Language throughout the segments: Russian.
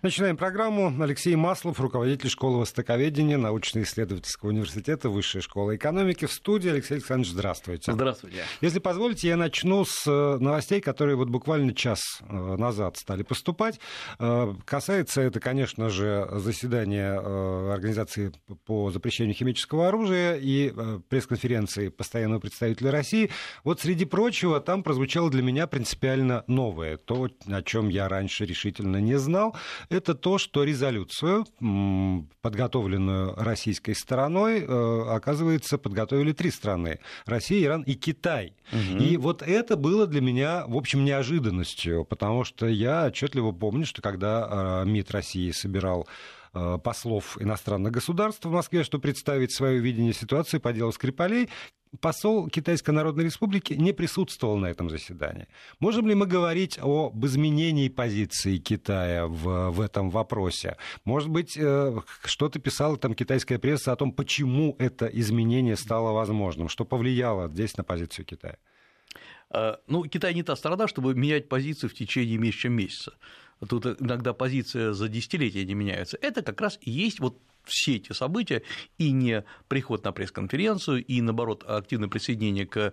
Начинаем программу. Алексей Маслов, руководитель школы востоковедения научно-исследовательского университета Высшей школы экономики. В студии. Алексей Александрович, здравствуйте. Здравствуйте. Если позволите, я начну с новостей, которые вот буквально час назад стали поступать. Касается это, конечно же, заседания Организации по запрещению химического оружия и пресс-конференции постоянного представителя России. Вот, среди прочего, там прозвучало для меня принципиально новое. То, о чем я раньше решительно не знал. Это то, что резолюцию, подготовленную российской стороной, оказывается, подготовили 3 страны. Россия, Иран и Китай. Угу. И вот это было для меня, в общем, неожиданностью, потому что я отчетливо помню, что когда МИД России собирал послов иностранных государств в Москве, чтобы представить свое видение ситуации по делу Скрипалей, посол Китайской Народной Республики не присутствовал на этом заседании. Можем ли мы говорить об изменении позиции Китая в этом вопросе? Может быть, что-то писала там китайская пресса о том, почему это изменение стало возможным, что повлияло здесь на позицию Китая? Ну, Китай не та страна, чтобы менять позицию в течение меньше, чем месяца. Тут иногда позиция за десятилетия не меняется. Это как раз и есть вот все эти события, и не приход на пресс-конференцию, и, наоборот, активное присоединение к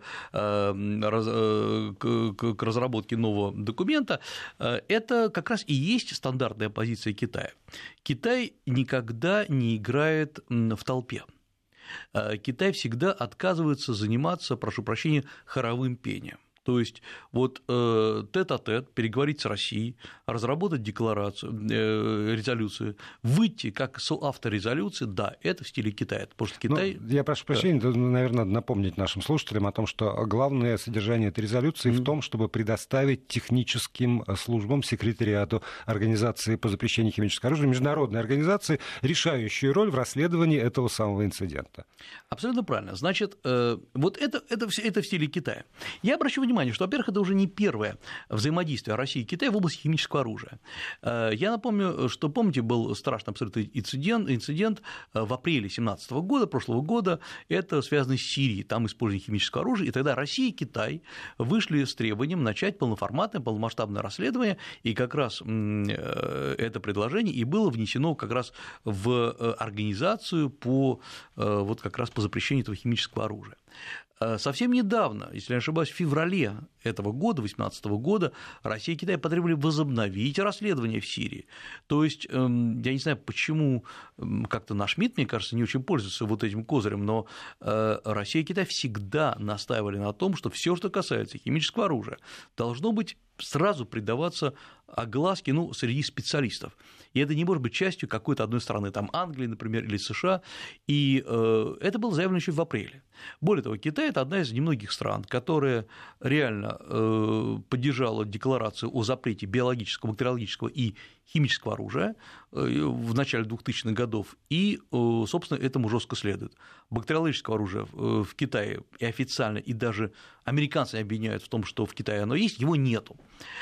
разработке нового документа, это как раз и есть стандартная позиция Китая. Китай никогда не играет в толпе. Китай всегда отказывается заниматься, прошу прощения, хоровым пением. То есть вот тет-а-тет переговорить с Россией, разработать декларацию, резолюцию, выйти как соавтор резолюции, да, это в стиле Китая. Потому что Китай... Я прошу прощения, наверное, надо напомнить нашим слушателям о том, что главное содержание этой резолюции в том, чтобы предоставить техническим службам, секретариату Организации по запрещению химического оружия, международной организации, решающую роль в расследовании этого самого инцидента. Абсолютно правильно. Значит, вот это в стиле Китая. Я обращу внимание, что, во-первых, это уже не первое взаимодействие России и Китая в области химического оружия. Я напомню, что, помните, был страшный абсолютно инцидент в апреле 2017 года, прошлого года, это связано с Сирией, там использование химического оружия, и тогда Россия и Китай вышли с требованием начать полноформатное, полномасштабное расследование, и как раз это предложение и было внесено как раз в организацию по, вот как раз по запрещению этого химического оружия. Совсем недавно, если я не ошибаюсь, в феврале этого года, 2018 года, Россия и Китай потребовали возобновить расследование в Сирии. То есть, я не знаю, почему как-то наш МИД, мне кажется, не очень пользуется вот этим козырем, но Россия и Китай всегда настаивали на том, что все, что касается химического оружия, должно быть сразу придаваться огласке, среди специалистов. И это не может быть частью какой-то одной страны, там Англии, например, или США, и это было заявлено еще в апреле. Более того, Китай – это одна из немногих стран, которая реально поддержала декларацию о запрете биологического, бактериологического и химического оружия в начале 2000-х годов, и, собственно, этому жестко следует. Бактериологического оружия в Китае и официально, и даже американцы обвиняют в том, что в Китае оно есть, его нету.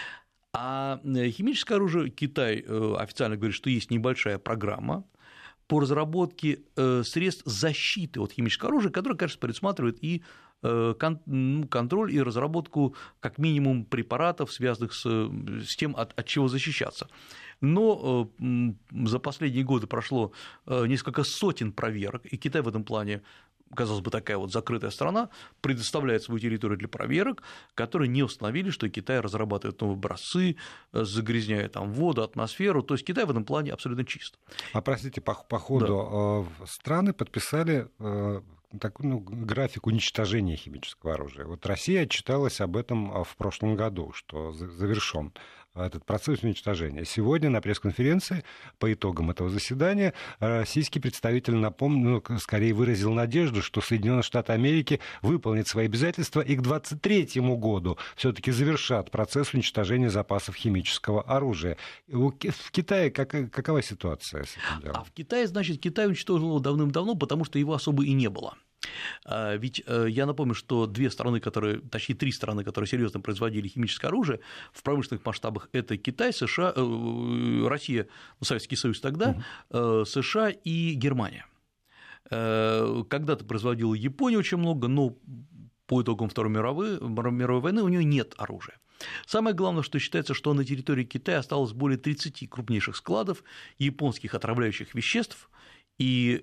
А химическое оружие Китай официально говорит, что есть небольшая программа по разработке средств защиты от химического оружия, которая, конечно, предусматривает и контроль и разработку как минимум препаратов, связанных с тем, от чего защищаться. Но за последние годы прошло несколько сотен проверок, и Китай в этом плане, казалось бы, такая вот закрытая страна, предоставляет свою территорию для проверок, которые не установили, что Китай разрабатывает новые образцы, загрязняет там воду, атмосферу, то есть Китай в этом плане абсолютно чист. А простите, по ходу страны подписали такой график уничтожения химического оружия. Вот Россия отчиталась об этом в прошлом году, что завершен этот процесс уничтожения. Сегодня на пресс-конференции по итогам этого заседания российский представитель, скорее выразил надежду, что Соединенные Штаты Америки выполнят свои обязательства и к 2023 году все-таки завершат процесс уничтожения запасов химического оружия. В Китае какова ситуация с этим делом? А в Китае, значит, Китай уничтожил его давным-давно, потому что его особо и не было. Ведь я напомню, что три страны, которые серьезно производили химическое оружие в промышленных масштабах, это Китай, США, Россия, Советский Союз тогда, США и Германия. Когда-то производила Япония очень много, но по итогам Второй мировой войны у нее нет оружия. Самое главное, что считается, что на территории Китая осталось более 30 крупнейших складов японских отравляющих веществ, и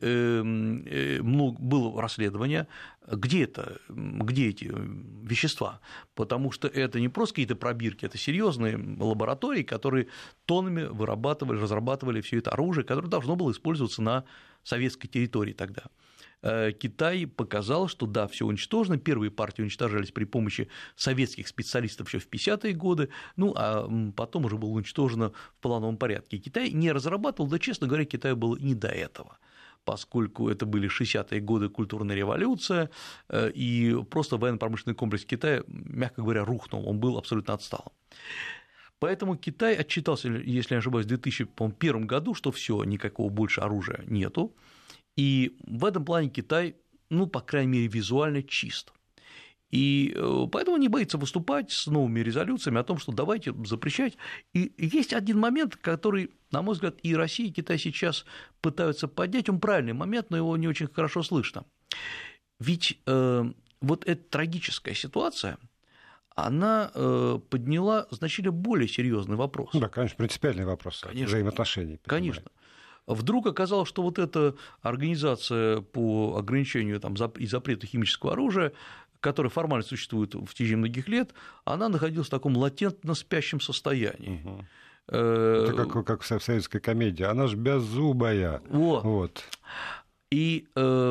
было расследование, где эти вещества, потому что это не просто какие-то пробирки, это серьезные лаборатории, которые тоннами разрабатывали все это оружие, которое должно было использоваться на советской территории тогда. Китай показал, что да, все уничтожено. Первые партии уничтожались при помощи советских специалистов еще в 50-е годы, ну а потом уже было уничтожено в плановом порядке. Китай не разрабатывал, да, честно говоря, Китаю было не до этого, поскольку это были 60-е годы, культурная революция, и просто военно-промышленный комплекс Китая, мягко говоря, рухнул, он был абсолютно отсталым. Поэтому Китай отчитался, если не ошибаюсь, в 2001 году, что все, никакого больше оружия нету. И в этом плане Китай, ну, по крайней мере, визуально чист. И поэтому не боится выступать с новыми резолюциями о том, что давайте запрещать. И есть один момент, который, на мой взгляд, и Россия, и Китай сейчас пытаются поднять. Он правильный момент, но его не очень хорошо слышно. Ведь вот эта трагическая ситуация, она подняла значительно более серьезный вопрос. Да, конечно, принципиальный вопрос взаимоотношений. Конечно. Вдруг оказалось, что вот эта организация по ограничению и запрету химического оружия, которая формально существует в течение многих лет, она находилась в таком латентно спящем состоянии. Угу. Это как в советской комедии. Она же беззубая. Вот. И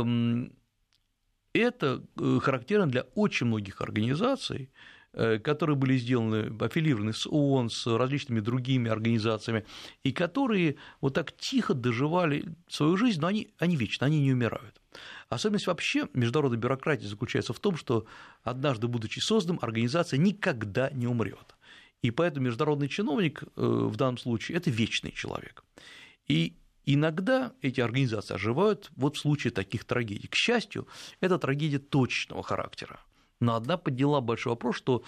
это характерно для очень многих организаций, которые были сделаны, аффилированы с ООН, с различными другими организациями, и которые вот так тихо доживали свою жизнь, но они вечны, они не умирают. Особенность вообще международной бюрократии заключается в том, что однажды, будучи созданным, организация никогда не умрет. И поэтому международный чиновник в данном случае – это вечный человек. И иногда эти организации оживают вот в случае таких трагедий. К счастью, это трагедия точечного характера. Но одна подняла большой вопрос, что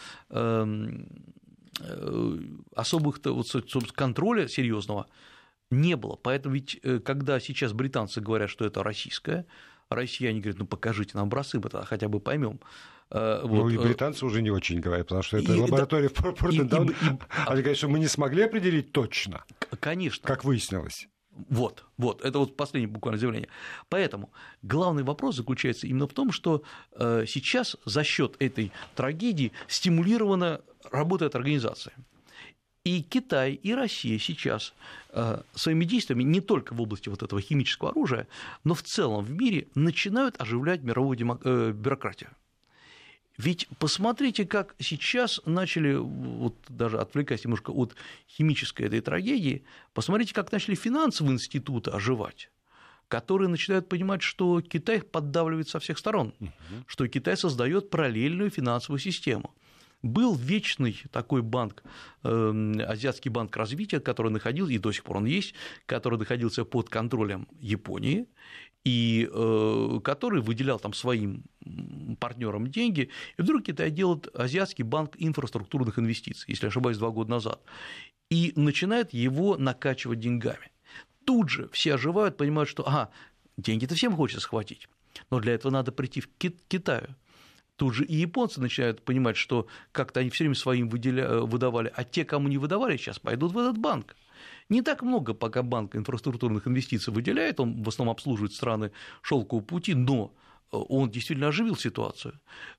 особых контроля серьезного не было. Поэтому ведь, когда сейчас британцы говорят, что это российское, россияне говорят, ну покажите нам образцы, мы тогда хотя бы поймем. Ну и британцы уже не очень говорят, потому что это лаборатория в Портленд-Даун. Они говорят, что мы не смогли определить точно, конечно, как выяснилось. Вот, это вот последнее буквально заявление. Поэтому главный вопрос заключается именно в том, что сейчас за счет этой трагедии стимулирована работа этой организации. И Китай, и Россия сейчас своими действиями не только в области вот этого химического оружия, но в целом в мире начинают оживлять мировую бюрократию. Ведь посмотрите, как сейчас начали, вот даже отвлекаясь немножко от химической этой трагедии, посмотрите, как начали финансовые институты оживать, которые начинают понимать, что Китай их поддавливает со всех сторон, что Китай создает параллельную финансовую систему. Был вечный такой банк, Азиатский банк развития, который находился, и до сих пор он есть, который находился под контролем Японии, и который выделял там своим партнерам деньги, и вдруг Китай делает Азиатский банк инфраструктурных инвестиций, если не ошибаюсь, 2 года назад, и начинает его накачивать деньгами. Тут же все оживают, понимают, что деньги-то всем хочется схватить, но для этого надо прийти к Китаю. Тут же и японцы начинают понимать, что как-то они все время своим выдавали, а те, кому не выдавали, сейчас пойдут в этот банк. Не так много пока банк инфраструктурных инвестиций выделяет, он в основном обслуживает страны шелкового пути, но он действительно оживил ситуацию.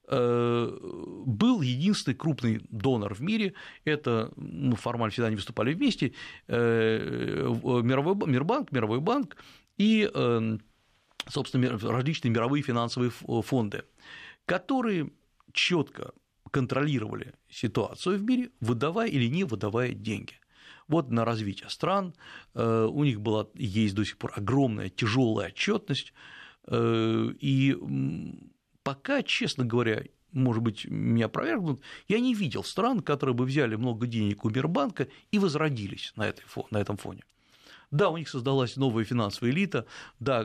Был единственный крупный донор в мире, это формально всегда они выступали вместе, Мировой банк и, собственно, различные мировые финансовые фонды, которые четко контролировали ситуацию в мире, выдавая или не выдавая деньги. Вот на развитие стран у них была и есть до сих пор огромная тяжелая отчетность, и пока, честно говоря, может быть, меня опровергнут, я не видел стран, которые бы взяли много денег у Мирбанка и возродились на этом фоне. Да, у них создалась новая финансовая элита, да,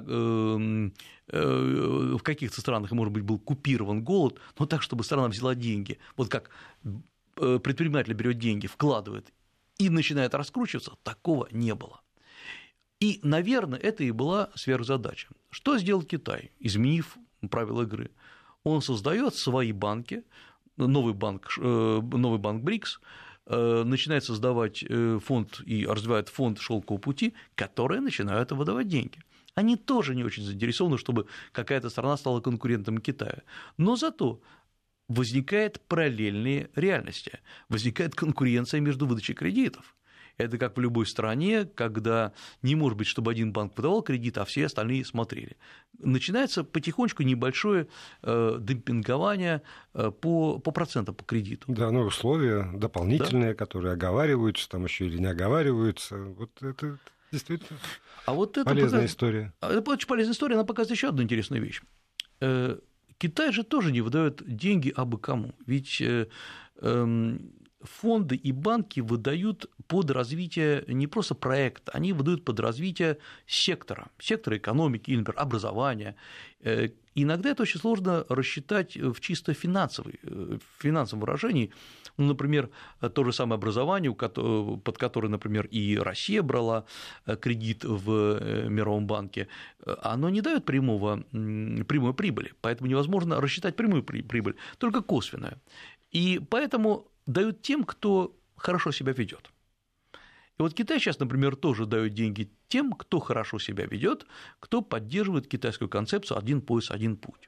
в каких-то странах, может быть, был купирован голод, но так, чтобы страна взяла деньги, вот как предприниматель берет деньги, вкладывает и начинает раскручиваться, такого не было. И, наверное, это и была сверхзадача. Что сделал Китай, изменив правила игры? Он создает свои банки, новый банк БРИКС начинает создавать фонд и развивает фонд «Шелкового пути», которые начинают выдавать деньги. Они тоже не очень заинтересованы, чтобы какая-то страна стала конкурентом Китая. Но зато возникают параллельные реальности, возникает конкуренция между выдачей кредитов. Это как в любой стране, когда не может быть, чтобы один банк выдавал кредит, а все остальные смотрели. Начинается потихонечку небольшое демпингование по процентам по кредиту. Да, но условия дополнительные, да, которые оговариваются, там еще или не оговариваются. Вот это действительно полезная история. Это очень полезная история, она показывает еще одну интересную вещь. Китай же тоже не выдает деньги абы кому. Ведь фонды и банки выдают под развитие не просто проекта, они выдают под развитие сектора экономики или, например, образования. Иногда это очень сложно рассчитать в чисто финансовом выражении. Ну, например, то же самое образование, под которое, например, и Россия брала кредит в Мировом банке, оно не дает прямой прибыли, поэтому невозможно рассчитать прямую прибыль, только косвенную. И поэтому дают тем, кто хорошо себя ведет. И вот Китай сейчас, например, тоже дает деньги тем, кто хорошо себя ведет, кто поддерживает китайскую концепцию «один пояс, один путь».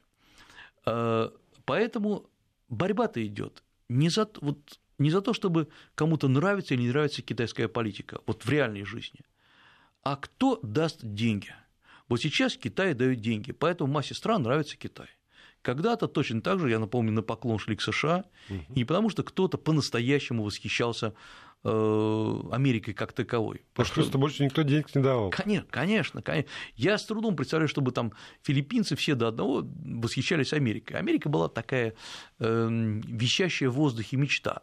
Поэтому борьба-то идет не за то, чтобы кому-то нравится или не нравится китайская политика, вот в реальной жизни, а кто даст деньги. Вот сейчас Китай дает деньги, поэтому массе стран нравится Китай. Когда-то точно так же, я напомню, на поклон шли к США, не потому что кто-то по-настоящему восхищался Америкой как таковой. Просто больше никто денег не давал. Конечно. Я с трудом представляю, чтобы там филиппинцы все до одного восхищались Америкой. Америка была такая висящая в воздухе мечта.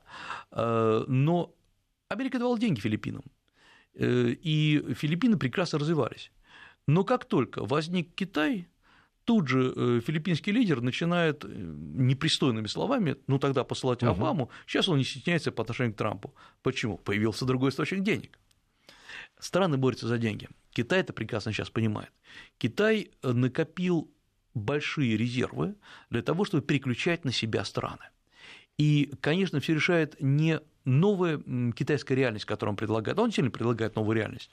Но Америка давала деньги Филиппинам, и Филиппины прекрасно развивались. Но как только возник Китай, тут же филиппинский лидер начинает непристойными словами, тогда посылать Обаму, сейчас он не стесняется по отношению к Трампу. Почему? Появился другой источник денег. Страны борются за деньги. Китай это прекрасно сейчас понимает. Китай накопил большие резервы для того, чтобы переключать на себя страны. И, конечно, все решает не новая китайская реальность, которую он предлагает, он сильно предлагает новую реальность,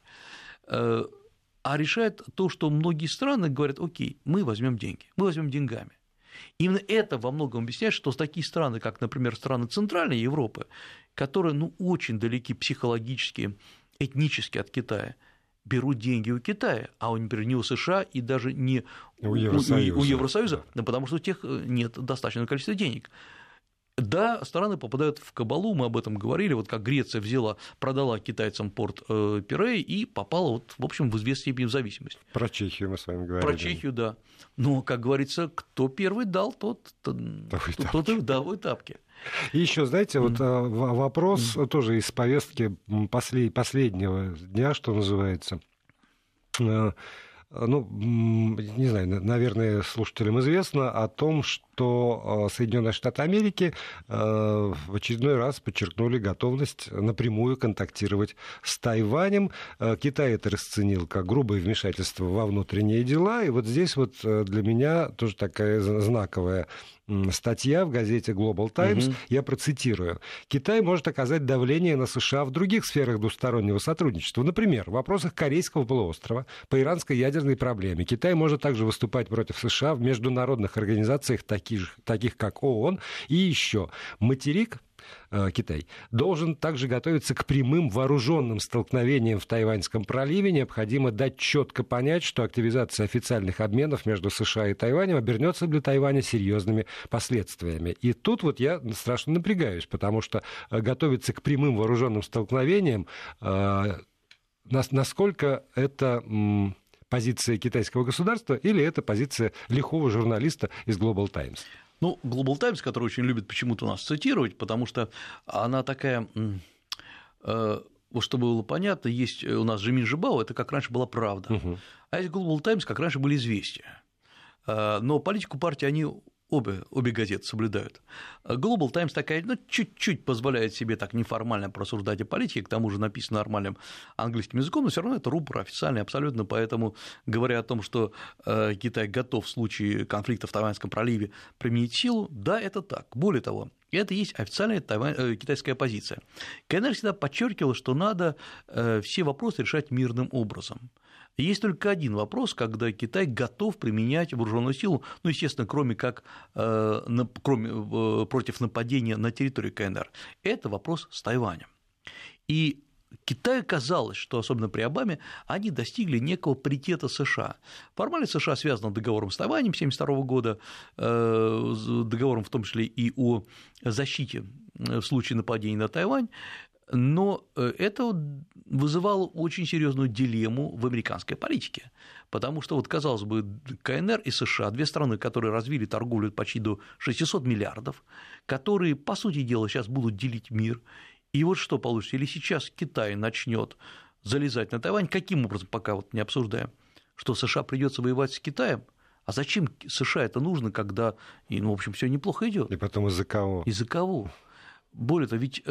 а решает то, что многие страны говорят: окей, мы возьмем деньги, мы возьмем деньгами. Именно это во многом объясняет, что такие страны, как, например, страны Центральной Европы, которые очень далеки психологически, этнически от Китая, берут деньги у Китая, а, например, не у США и даже не у Евросоюза, да, потому что у тех нет достаточного количества денег. Да, страны попадают в кабалу, мы об этом говорили, вот как Греция продала китайцам порт Пирей и попала, в общем, в известной степени в зависимость. Про Чехию мы с вами говорили. Про Чехию, да. Но, как говорится, кто первый дал, тот и дал в тапки. И еще, знаете, вот вопрос тоже из повестки последнего дня, что называется. Не знаю, наверное, слушателям известно о том, что Соединенные Штаты Америки в очередной раз подчеркнули готовность напрямую контактировать с Тайванем. Китай это расценил как грубое вмешательство во внутренние дела. И вот здесь вот для меня тоже такая знаковая статья в газете Global Times, я процитирую. Китай может оказать давление на США в других сферах двустороннего сотрудничества. Например, в вопросах Корейского полуострова, по иранской ядерной проблеме. Китай может также выступать против США в международных организациях, таких как ООН. И еще материк Китай должен также готовиться к прямым вооруженным столкновениям в Тайваньском проливе. Необходимо дать четко понять, что активизация официальных обменов между США и Тайванем обернется для Тайваня серьезными последствиями. И тут вот я страшно напрягаюсь, потому что готовиться к прямым вооруженным столкновениям, насколько это позиция китайского государства или это позиция лихого журналиста из Global Times? Global Times, который очень любит почему-то нас цитировать, потому что она такая, вот чтобы было понятно, есть у нас же Минжибао, это как раньше была «Правда», а есть Global Times, как раньше были «Известия». Но политику партии они обе газеты соблюдают. Global Times такая, чуть-чуть позволяет себе так неформально просуждать о политике, к тому же написано нормальным английским языком, но все равно это рупор официальный абсолютно, поэтому, говоря о том, что Китай готов в случае конфликта в Тайваньском проливе применить силу, да, это так. Более того, Это и есть официальная китайская позиция. КНР всегда подчеркивала, что надо все вопросы решать мирным образом. Есть только один вопрос, когда Китай готов применять вооруженную силу, ну, естественно, кроме против нападения на территорию КНР. Это вопрос с Тайванем. И Китаю казалось, что, особенно при Обаме, они достигли некого паритета США. Формально США связано договором с Тайванем 1972 года, договором в том числе и о защите в случае нападения на Тайвань, но это вызывало очень серьезную дилемму в американской политике, потому что, вот, казалось бы, КНР и США, две страны, которые развили торговлю почти до 600 миллиардов, которые, по сути дела, сейчас будут делить мир. И вот что получится, или сейчас Китай начнет залезать на Тайвань, каким образом, пока вот не обсуждаем, что США придется воевать с Китаем, а зачем США это нужно, когда, в общем, все неплохо идет. И потом из-за кого? Из-за кого? Более того, ведь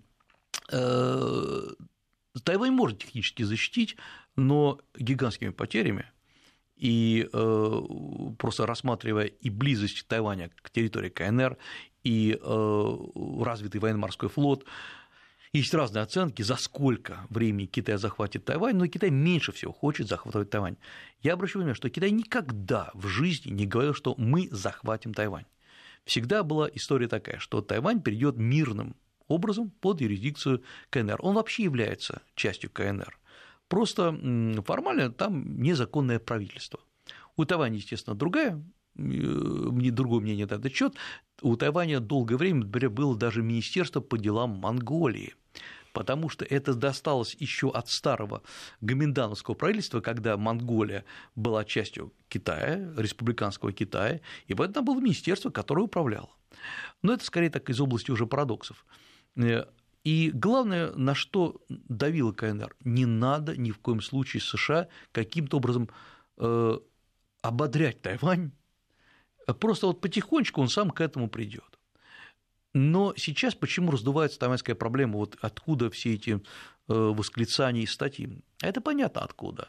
Тайвань может технически защитить, но гигантскими потерями, и просто рассматривая и близость Тайваня к территории КНР, и развитый военно-морской флот, есть разные оценки, за сколько времени Китай захватит Тайвань, но Китай меньше всего хочет захватывать Тайвань. Я обращу внимание, что Китай никогда в жизни не говорил, что мы захватим Тайвань. Всегда была история такая, что Тайвань перейдет мирным образом под юрисдикцию КНР. Он вообще является частью КНР. Просто формально там незаконное правительство. У Тайваня, естественно, другое мнение на этот счет. У Тайваня долгое время было даже министерство по делам Монголии, потому что это досталось еще от старого гоминдановского правительства, когда Монголия была частью Китая, республиканского Китая, и поэтому там было министерство, которое управляло. Но это скорее так из области уже парадоксов. И главное, на что давила КНР, не надо ни в коем случае США каким-то образом ободрять Тайвань, просто вот потихонечку он сам к этому придет. Но сейчас почему раздувается тайваньская проблема, вот откуда все эти восклицания и статьи? Это понятно откуда.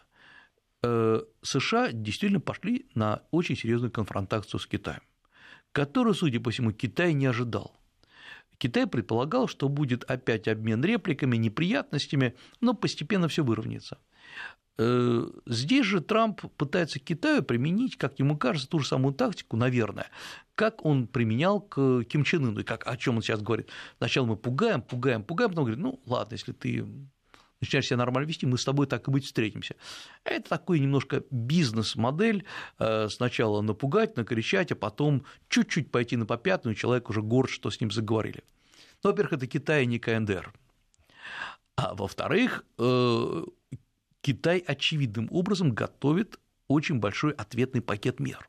США действительно пошли на очень серьезную конфронтацию с Китаем, которую, судя по всему, Китай не ожидал. Китай предполагал, что будет опять обмен репликами, неприятностями, но постепенно все выровняется. Здесь же Трамп пытается к Китаю применить, как ему кажется, ту же самую тактику, наверное, как он применял к Ким Чен Ыну, и о чем он сейчас говорит. Сначала мы пугаем, потом говорит, ну ладно, если ты начинаешь себя нормально вести, мы с тобой так и быть встретимся. Это такой немножко бизнес-модель, сначала напугать, накричать, а потом чуть-чуть пойти на попятную, и человек уже горд, что с ним заговорили. Ну, во-первых, это Китай, не КНДР. А во-вторых, Китай очевидным образом готовит очень большой ответный пакет мер.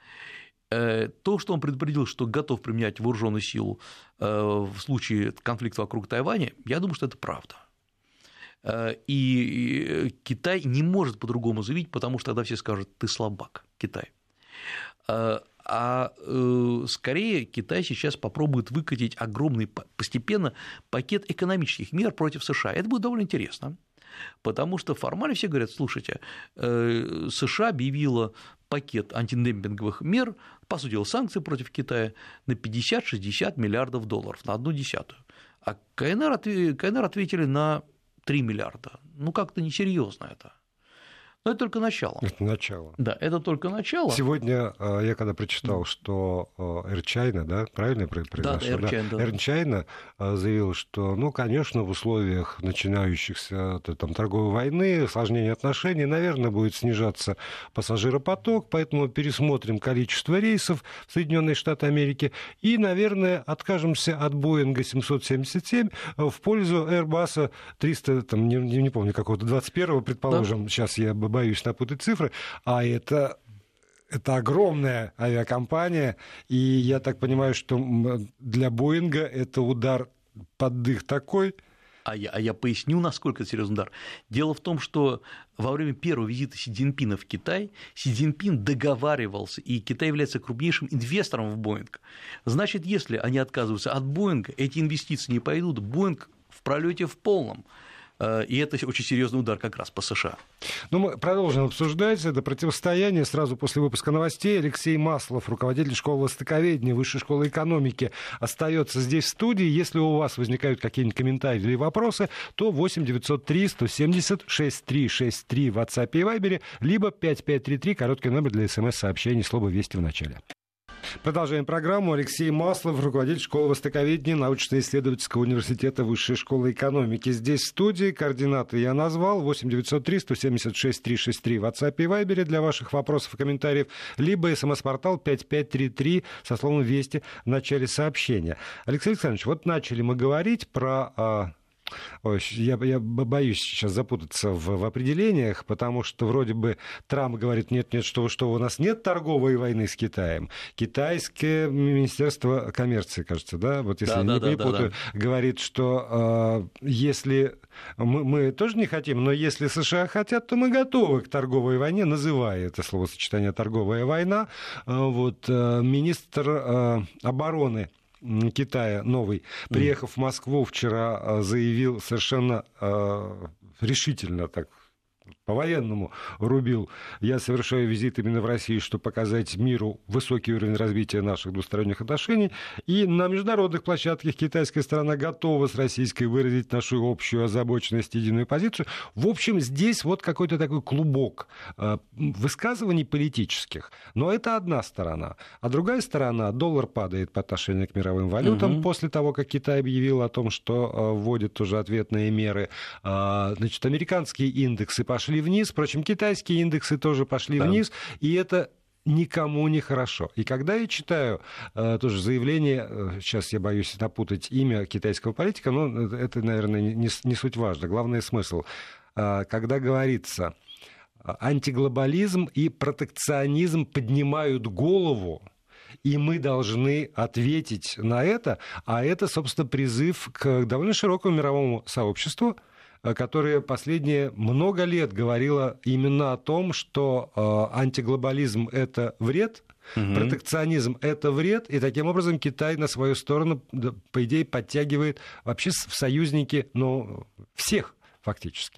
То, что он предупредил, что готов применять вооруженную силу в случае конфликта вокруг Тайваня, я думаю, что это правда. И Китай не может по-другому заявить, потому что тогда все скажут, ты слабак, Китай. А скорее Китай сейчас попробует выкатить огромный постепенно пакет экономических мер против США. Это будет довольно интересно. Потому что формально все говорят, слушайте, США объявила пакет антидемпинговых мер, по сути дела, санкций против Китая на 50-60 миллиардов долларов, на 1/10. А КНР ответили на 3 миллиарда. Ну, как-то несерьезно это. Но это только начало. Это начало. Да, это только начало. Сегодня я когда прочитал, что Air China, да, правильно я произношу? Да, Air China заявил, что, ну, конечно, в условиях начинающихся там, торговой войны, осложнения отношений, наверное, будет снижаться пассажиропоток, поэтому пересмотрим количество рейсов в Соединенные Штаты Америки и, наверное, откажемся от Boeing 777 в пользу Airbus 300, там, не помню, какого-то 21-го, предположим, да. Сейчас я боюсь напутать цифры, а это огромная авиакомпания, и я так понимаю, что для Боинга это удар под дых такой. А я поясню, насколько это серьезный удар. Дело в том, что во время первого визита Си Цзиньпина в Китай Си Цзиньпин договаривался, и Китай является крупнейшим инвестором в Боинг. Значит, если они отказываются от Боинга, эти инвестиции не пойдут, Боинг в пролете в полном. и это очень серьезный удар как раз по США. Ну, мы продолжим обсуждать это противостояние. Сразу после выпуска новостей Алексей Маслов, руководитель школы востоковедения Высшей школы экономики, остается здесь в студии. Если у вас возникают какие-нибудь комментарии или вопросы, то 8 903 170 6363 в WhatsApp и Viber, либо 5533, короткий номер для СМС-сообщений, слово «Вести» в начале. Продолжаем программу. Алексей Маслов, руководитель школы востоковедения научно-исследовательского университета Высшей школы экономики. Здесь в студии. Координаты я назвал. 8 903 176 363 в WhatsApp и Viber для ваших вопросов и комментариев. Либо смс-портал 5533 со словом «Вести» в начале сообщения. Алексей Александрович, вот начали мы говорить про... Ой, я боюсь сейчас запутаться в определениях, потому что вроде бы Трамп говорит, нет, что у нас нет торговой войны с Китаем. Китайское министерство коммерции, кажется, да? Вот если не путаю, говорит, что если мы тоже не хотим, но если США хотят, то мы готовы к торговой войне, называя это словосочетание «торговая война». Вот, министр обороны Китая новый, приехав в Москву вчера, заявил совершенно решительно, так по-военному рубил: я совершаю визит именно в Россию, чтобы показать миру высокий уровень развития наших двусторонних отношений. И на международных площадках китайская сторона готова с российской выразить нашу общую озабоченность, единую позицию. В общем, здесь вот какой-то такой клубок высказываний политических. Но это одна сторона. А другая сторона — доллар падает по отношению к мировым валютам после того, как Китай объявил о том, что вводит уже ответные меры. Значит, американские индексы пошли вниз, впрочем, китайские индексы тоже пошли вниз, и это никому не хорошо. И когда я читаю тоже заявление, сейчас я боюсь напутать имя китайского политика, но это, наверное, не суть важно. Главный смысл, когда говорится, антиглобализм и протекционизм поднимают голову, и мы должны ответить на это, а это, собственно, призыв к довольно широкому мировому сообществу, которая последние много лет говорила именно о том, что антиглобализм — это вред, протекционизм — это вред, и таким образом Китай на свою сторону, по идее, подтягивает вообще в союзники, всех фактически.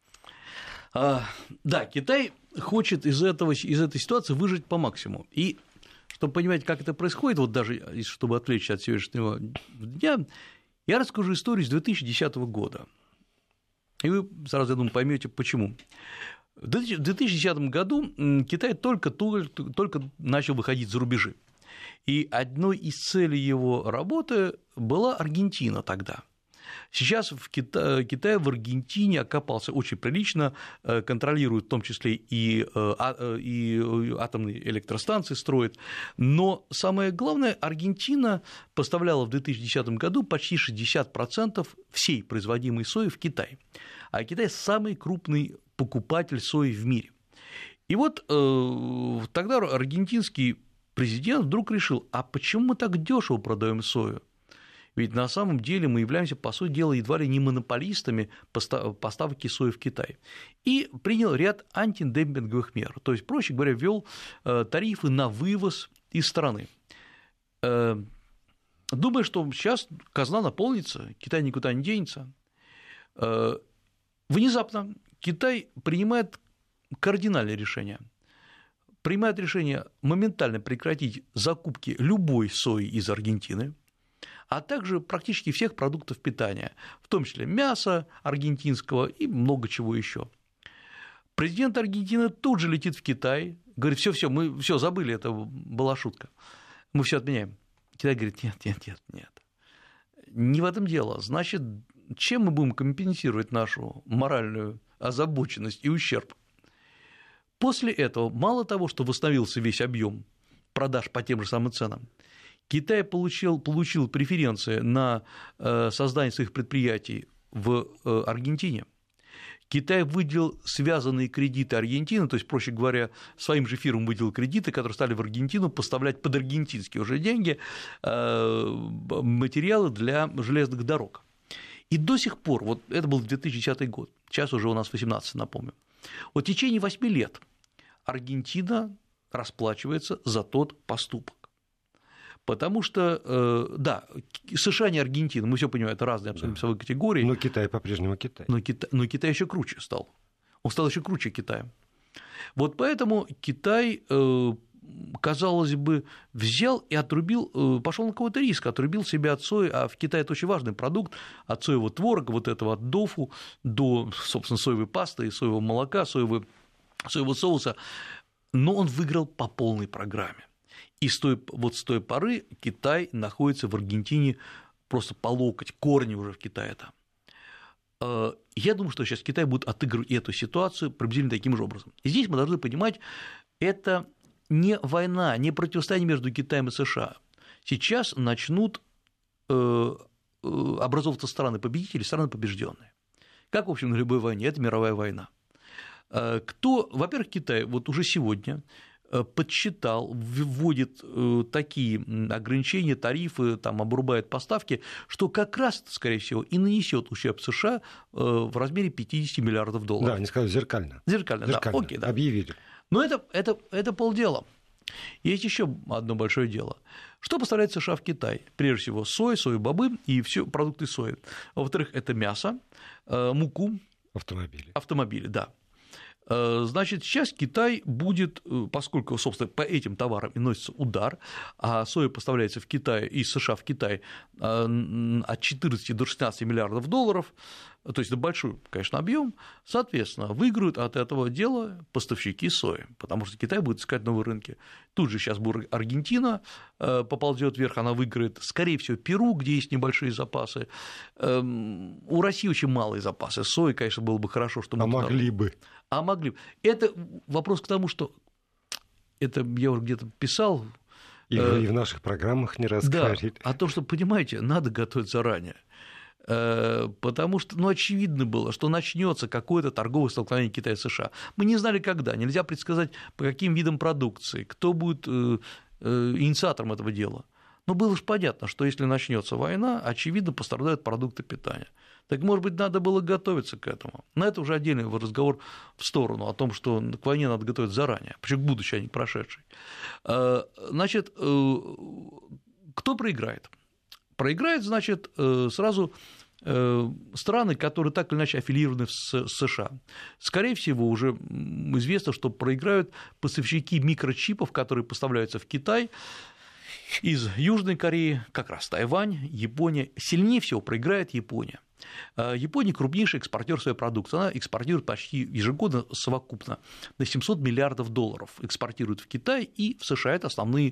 Да, Китай хочет из этой ситуации выжить по максимуму. И чтобы понимать, как это происходит, вот даже чтобы отвлечься от сегодняшнего дня, я расскажу историю с 2010 года. И вы сразу, я думаю, поймете, почему. В 2010 году Китай только начал выходить за рубежи. И одной из целей его работы была Аргентина тогда. Сейчас в Китае, в Аргентине окопался очень прилично, контролирует в том числе и атомные электростанции строит. Но самое главное, Аргентина поставляла в 2010 году почти 60% всей производимой сои в Китай. А Китай – самый крупный покупатель сои в мире. И вот тогда аргентинский президент вдруг решил, а почему мы так дешево продаем сою? Ведь на самом деле мы являемся, по сути дела, едва ли не монополистами поставки сои в Китай. И принял ряд антидемпинговых мер. То есть, проще говоря, ввел тарифы на вывоз из страны. Думая, что сейчас казна наполнится, Китай никуда не денется, внезапно Китай принимает кардинальное решение. Принимает решение моментально прекратить закупки любой сои из Аргентины, а также практически всех продуктов питания, в том числе мяса аргентинского и много чего еще. Президент Аргентины тут же летит в Китай, говорит: все, мы все забыли, это была шутка, мы все отменяем. Китай говорит: нет, не в этом дело. Значит, чем мы будем компенсировать нашу моральную озабоченность и ущерб? После этого мало того, что восстановился весь объем продаж по тем же самым ценам, Китай получил преференции на создание своих предприятий в Аргентине. Китай выделил связанные кредиты Аргентины, то есть, проще говоря, своим же фирмам выделил кредиты, которые стали в Аргентину поставлять под аргентинские уже деньги материалы для железных дорог. И до сих пор, вот это был 2010 год, сейчас уже у нас 18, напомню, вот в течение 8 лет Аргентина расплачивается за тот поступок. Потому что, да, США не Аргентина, мы все понимаем, это разные абсолютно весовые категории. Но Китай по-прежнему Китай. Но Китай еще круче стал. Он стал еще круче Китая. Вот поэтому Китай, казалось бы, взял и отрубил, пошел на какой-то риск, отрубил себя от сои, а в Китае это очень важный продукт, от соевого творога, вот этого от дофу до, собственно, соевой пасты, соевого молока, соевого соуса, но он выиграл по полной программе. И с той поры Китай находится в Аргентине просто по локоть, корни уже в Китае там. Я думаю, что сейчас Китай будет отыгрывать эту ситуацию приблизительно таким же образом. И здесь мы должны понимать, это не война, не противостояние между Китаем и США. Сейчас начнут образовываться страны-победители, страны-побежденные. Как, в общем, на любой войне, это мировая война. Во-первых, Китай вот уже сегодня подсчитал, вводит такие ограничения, тарифы, там, обрубает поставки, что как раз, скорее всего, и нанесет ущерб США в размере $50 миллиардов. Да, они сказали зеркально. Зеркально, да, окей, да. Объявили. Но это полдела. Есть еще одно большое дело. Что поставляет США в Китай? Прежде всего, сои-бобы и все продукты сои. Во-вторых, это мясо, муку. Автомобили, да. Значит, сейчас Китай будет, поскольку, собственно, по этим товарам и носится удар, а соя поставляется в Китай, из США в Китай от 14 до 16 миллиардов долларов, то есть это большой, конечно, объем, соответственно, выиграют от этого дела поставщики сои, потому что Китай будет искать новые рынки. Тут же сейчас будет Аргентина поползет вверх, она выиграет, скорее всего, Перу, где есть небольшие запасы. У России очень малые запасы сои, конечно, было бы хорошо, чтобы... могли бы. Это вопрос к тому, что это я уже где-то писал. И в наших программах не раз говорили. О том, что, понимаете, надо готовить заранее. Потому что, очевидно было, что начнется какое-то торговое столкновение Китая и США. Мы не знали, когда, нельзя предсказать, по каким видам продукции, кто будет инициатором этого дела. Но было же понятно, что если начнется война, очевидно, пострадают продукты питания. Так, может быть, надо было готовиться к этому. Но это уже отдельный разговор в сторону о том, что к войне надо готовиться заранее, причем к будущей, а не к прошедшей. Значит, кто проиграет? Проиграет, значит, сразу страны, которые так или иначе аффилированы с США. Скорее всего, уже известно, что проиграют поставщики микрочипов, которые поставляются в Китай из Южной Кореи, как раз Тайвань, Япония. Сильнее всего проиграет Япония. Япония крупнейший экспортер своей продукции. Она экспортирует почти ежегодно совокупно на $700 миллиардов. Экспортирует в Китай и в США. Это основные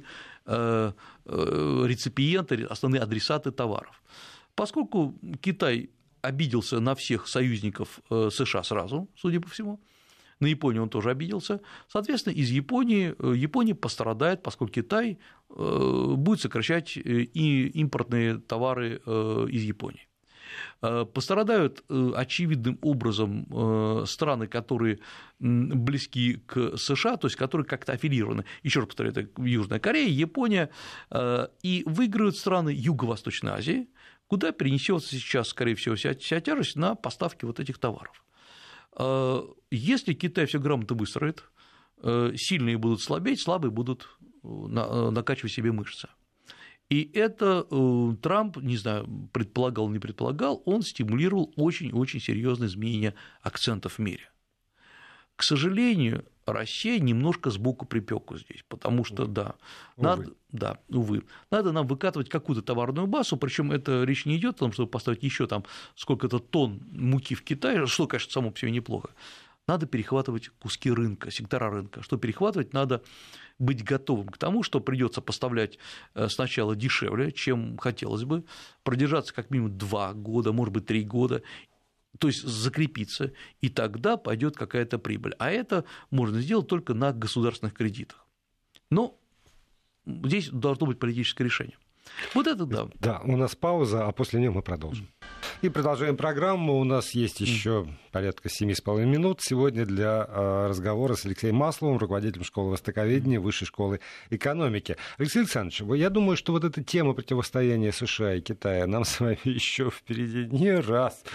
реципиенты, основные адресаты товаров. Поскольку Китай обиделся на всех союзников США сразу, судя по всему, на Японию он тоже обиделся, соответственно, из Япония пострадает, поскольку Китай будет сокращать и импортные товары из Японии. Пострадают очевидным образом страны, которые близки к США, то есть которые как-то аффилированы. Еще раз повторяю, это Южная Корея, Япония, и выиграют страны Юго-Восточной Азии, куда перенесется сейчас, скорее всего, вся тяжесть на поставки вот этих товаров. Если Китай все грамотно выстроит, сильные будут слабеть, слабые будут накачивать себе мышцы. И это Трамп, не знаю, предполагал, не предполагал, он стимулировал очень-очень серьезное изменение акцентов в мире. К сожалению, Россия немножко сбоку припеку здесь, потому что, увы, надо нам выкатывать какую-то товарную базу, причем это речь не идет о том, чтобы поставить еще там сколько-то тонн муки в Китае, что, конечно, само по себе неплохо. Надо перехватывать куски рынка, сектора рынка. Что перехватывать, надо быть готовым к тому, что придется поставлять сначала дешевле, чем хотелось бы, продержаться как минимум 2 года, может быть, 3 года, то есть закрепиться, и тогда пойдет какая-то прибыль. А это можно сделать только на государственных кредитах. Но здесь должно быть политическое решение. Вот это да. Да, у нас пауза, а после нее мы продолжим. И продолжаем программу. У нас есть еще порядка 7,5 минут сегодня для разговора с Алексеем Масловым, руководителем школы востоковедения Высшей школы экономики. Алексей Александрович, я думаю, что вот эта тема противостояния США и Китая нам с вами еще впереди не раз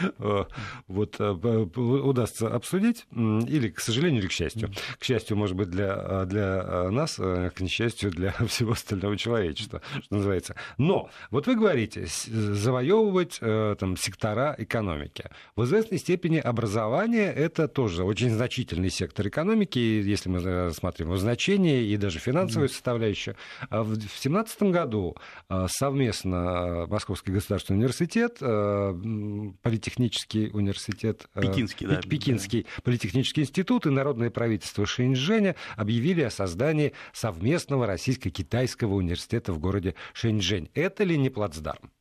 удастся обсудить, или, к сожалению, или к счастью. К счастью, может быть, для нас, к несчастью, для всего остального человечества, что называется. Но вот вы говорите, завоевывать там сектора экономики. В известной степени образование — это тоже очень значительный сектор экономики, если мы смотрим его значение и даже финансовую составляющую. В 2017 году совместно Московский государственный университет, Политехнический университет, Пекинский политехнический институт и Народное правительство Шэньчжэня объявили о создании совместного российско-китайского университета в городе Шэньчжэнь. Это ли не плацдарм?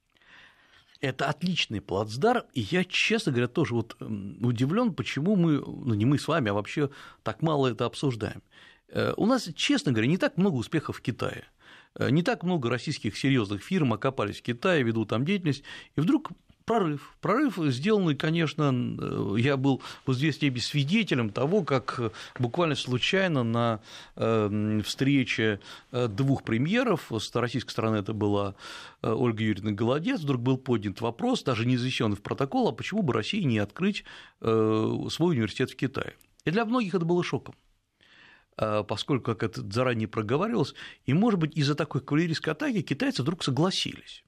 Это отличный плацдарм, и я, честно говоря, тоже вот удивлен, почему мы, не мы с вами, а вообще так мало это обсуждаем. У нас, честно говоря, не так много успехов в Китае, не так много российских серьезных фирм окопались в Китае, ведут там деятельность, и вдруг прорыв сделанный, конечно, я был в известной степени свидетелем того, как буквально случайно на встрече двух премьеров, с российской стороны это была Ольга Юрьевна Голодец, вдруг был поднят вопрос, даже не занесенный в протокол, а почему бы России не открыть свой университет в Китае. И для многих это было шоком, поскольку, как это заранее проговаривалось, и, может быть, из-за такой кавалерийской атаки китайцы вдруг согласились.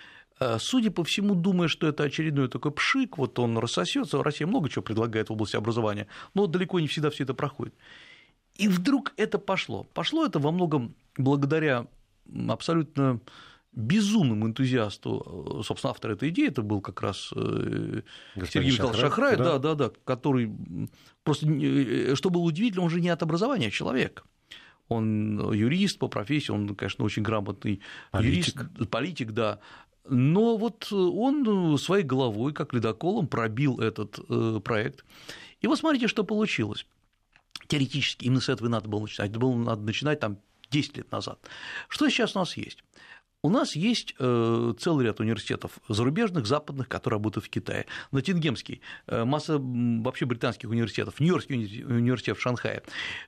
Судя по всему, думая, что это очередной такой пшик, вот он рассосется, Россия много чего предлагает в области образования, но далеко не всегда все это проходит. И вдруг это пошло. Пошло это во многом благодаря абсолютно безумному энтузиасту, собственно, автор этой идеи, это был как раз Сергей Михайлович Шахрай, да, который просто, что было удивительно, он же не от образования человек. Он юрист по профессии, он, конечно, очень грамотный юрист, политик, да. Но вот он своей головой, как ледоколом, пробил этот проект. И вот смотрите, что получилось. Теоретически именно с этого и надо было начинать. Это было надо начинать там 10 лет назад. Что сейчас у нас есть? У нас есть целый ряд университетов зарубежных, западных, которые работают в Китае. Ноттингемский, масса вообще британских университетов, Нью-Йоркский университет в Шанхае,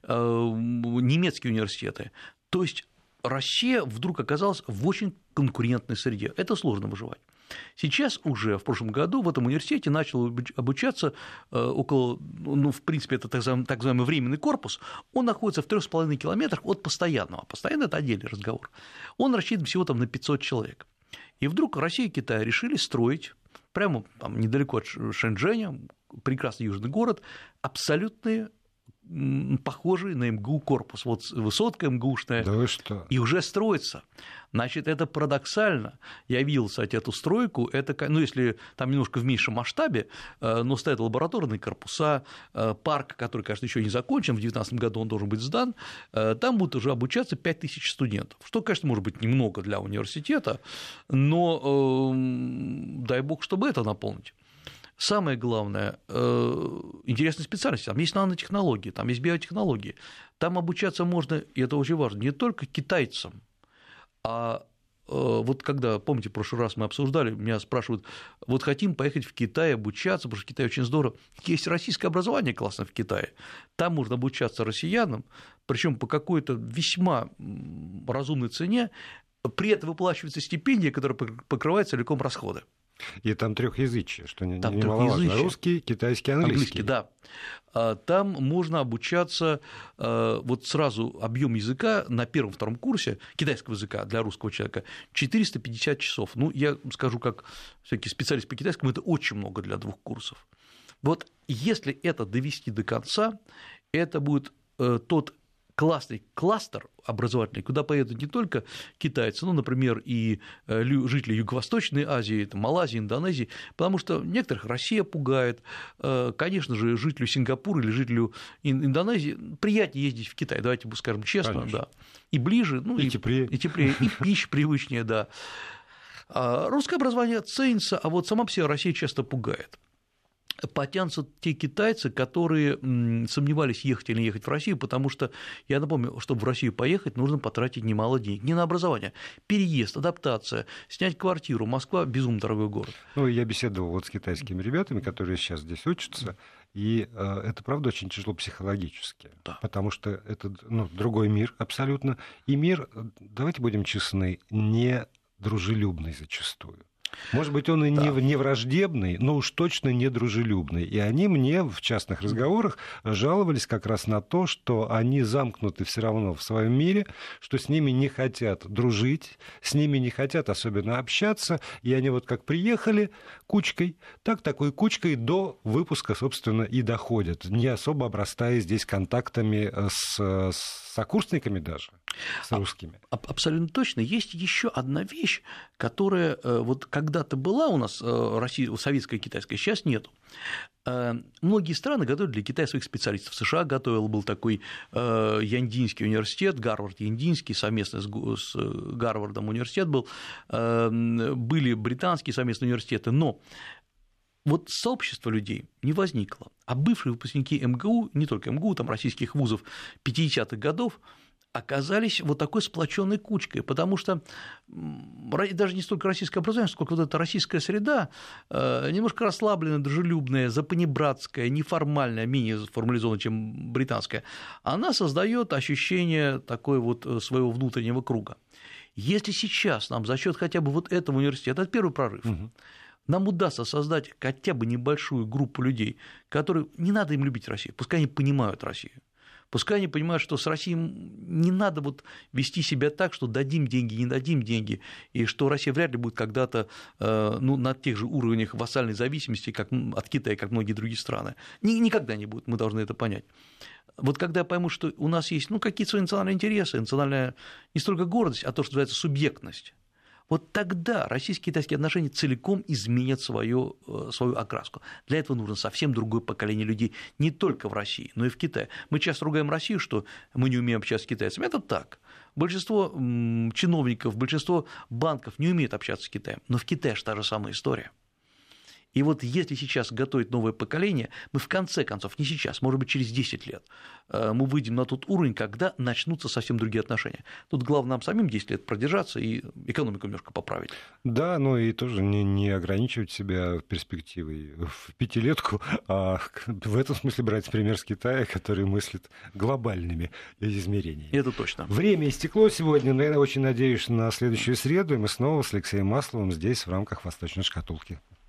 немецкие университеты. То есть Россия вдруг оказалась в очень конкурентной среде. Это сложно выживать. Сейчас уже в прошлом году в этом университете начал обучаться около, в принципе, это так называемый временный корпус, он находится в 3,5 километрах от постоянного. Постоянно – это отдельный разговор. Он рассчитан всего там на 500 человек. И вдруг Россия и Китай решили строить прямо там недалеко от Шэньчжэня, прекрасный южный город, абсолютные похожий на МГУ корпус, вот высотка МГУшная, да вы что? И уже строится. Значит, это парадоксально. Я видел, кстати, эту стройку, это, если там немножко в меньшем масштабе, но стоят лабораторные корпуса, парк, который, конечно, еще не закончен, в 2019 году он должен быть сдан, там будут уже обучаться 5000 студентов, что, конечно, может быть немного для университета, но дай бог, чтобы это наполнить. Самое главное, интересные специальности, там есть нанотехнологии, там есть биотехнологии, там обучаться можно, и это очень важно, не только китайцам, а вот когда, помните, в прошлый раз мы обсуждали, меня спрашивают, вот хотим поехать в Китай обучаться, потому что в Китае очень здорово, есть российское образование классное в Китае, там можно обучаться россиянам, причем по какой-то весьма разумной цене, при этом выплачивается стипендия, которая покрывает целиком расходы. И там трехязычие, что немаловажно. Русский, китайский, английский. Да. Там можно обучаться, вот сразу объем языка на первом-втором курсе китайского языка для русского человека 450 часов. Я скажу, как всякий специалист по китайскому, это очень много для 2 курсов. Вот если это довести до конца, это будет тот классный кластер образовательный, куда поедут не только китайцы, например, и жители Юго-Восточной Азии, Малайзии, Индонезии, потому что некоторых Россия пугает, конечно же, жителю Сингапура или жителю Индонезии приятнее ездить в Китай, давайте скажем честно, конечно. Да, и ближе, и теплее, и пища привычнее, да. Русское образование ценится, а вот сама по себе Россия часто пугает. потянутся те китайцы, которые сомневались, ехать или не ехать в Россию, потому что, я напомню, чтобы в Россию поехать, нужно потратить немало денег. Не на образование, переезд, адаптация, снять квартиру. Москва – безумно дорогой город. Ну, я беседовал вот с китайскими ребятами, которые сейчас здесь учатся, и это, правда, очень тяжело психологически, да. Потому что это другой мир абсолютно, и мир, давайте будем честны, не дружелюбный зачастую. Может быть, он и не враждебный, но уж точно не дружелюбный. И они мне в частных разговорах жаловались как раз на то, что они замкнуты все равно в своем мире, что с ними не хотят дружить, с ними не хотят особенно общаться. И они вот как приехали кучкой, так такой кучкой до выпуска, собственно, и доходят, не особо обрастая здесь контактами с сокурсниками даже, с русскими. Абсолютно точно. Есть еще одна вещь, которая вот когда-то была у нас, советская, китайская, сейчас нету. Многие страны готовят для Китая своих специалистов. США готовил, был такой Яндинский университет, Гарвард-Яндинский, совместно с Гарвардом университет был, были британские совместные университеты, но вот сообщество людей не возникло, а бывшие выпускники МГУ, не только МГУ, там российских вузов 50-х годов, оказались вот такой сплоченной кучкой, потому что даже не столько российское образование, сколько вот эта российская среда, немножко расслабленная, дружелюбная, запанибратская, неформальная, менее формализованная, чем британская, она создает ощущение такой вот своего внутреннего круга. Если сейчас нам за счет хотя бы вот этого университета, это первый прорыв, нам удастся создать хотя бы небольшую группу людей, которые не надо им любить Россию, пускай они понимают Россию. Пускай они понимают, что с Россией не надо вот вести себя так, что дадим деньги, не дадим деньги, и что Россия вряд ли будет когда-то на тех же уровнях вассальной зависимости как от Китая, как многие другие страны. Никогда не будет, мы должны это понять. Вот когда поймут, что у нас есть какие-то свои национальные интересы, национальная не столько гордость, а то, что называется субъектность, вот тогда российско-китайские отношения целиком изменят свою окраску. Для этого нужно совсем другое поколение людей не только в России, но и в Китае. Мы часто ругаем Россию, что мы не умеем общаться с китайцами. Это так. Большинство чиновников, большинство банков не умеют общаться с Китаем. Но в Китае же та же самая история. И вот если сейчас готовить новое поколение, мы в конце концов, не сейчас, может быть, через 10 лет, мы выйдем на тот уровень, когда начнутся совсем другие отношения. Тут главное нам самим 10 лет продержаться и экономику немножко поправить. Да, и тоже не ограничивать себя перспективой в пятилетку, а в этом смысле брать пример с Китая, который мыслит глобальными измерениями. Это точно. Время истекло сегодня, но я очень надеюсь на следующую среду, и мы снова с Алексеем Масловым здесь в рамках «Восточной шкатулки».